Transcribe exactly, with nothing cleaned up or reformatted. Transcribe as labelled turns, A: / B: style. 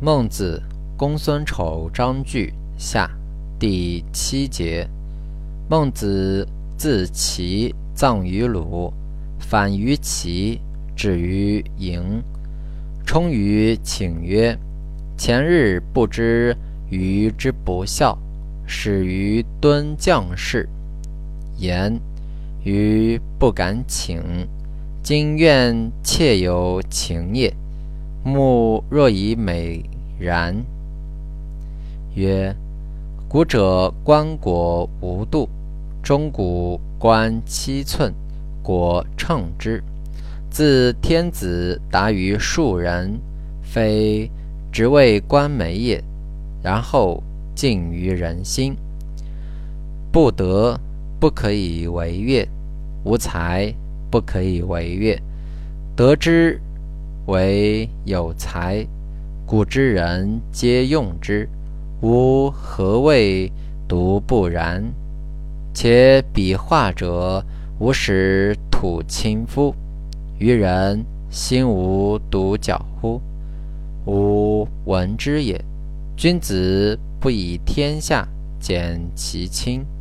A: 孟子，公孙丑章句下第七节。孟子自齐，葬于鲁，反于齐，止于营。冲于请曰：前日不知鱼之不孝，始于敦将士。言鱼不敢请，今愿妾有情也。目若以美然。曰：古者观国无度，中古观七寸，国称之。自天子达于庶人，非直谓观美也，然后尽于人心。不德不可以为乐，无才不可以为乐。得之为有才，古之人皆用之，吾何谓独不然？且彼化者，无使土亲夫，于人心无独角乎？吾闻之也。君子不以天下减其亲。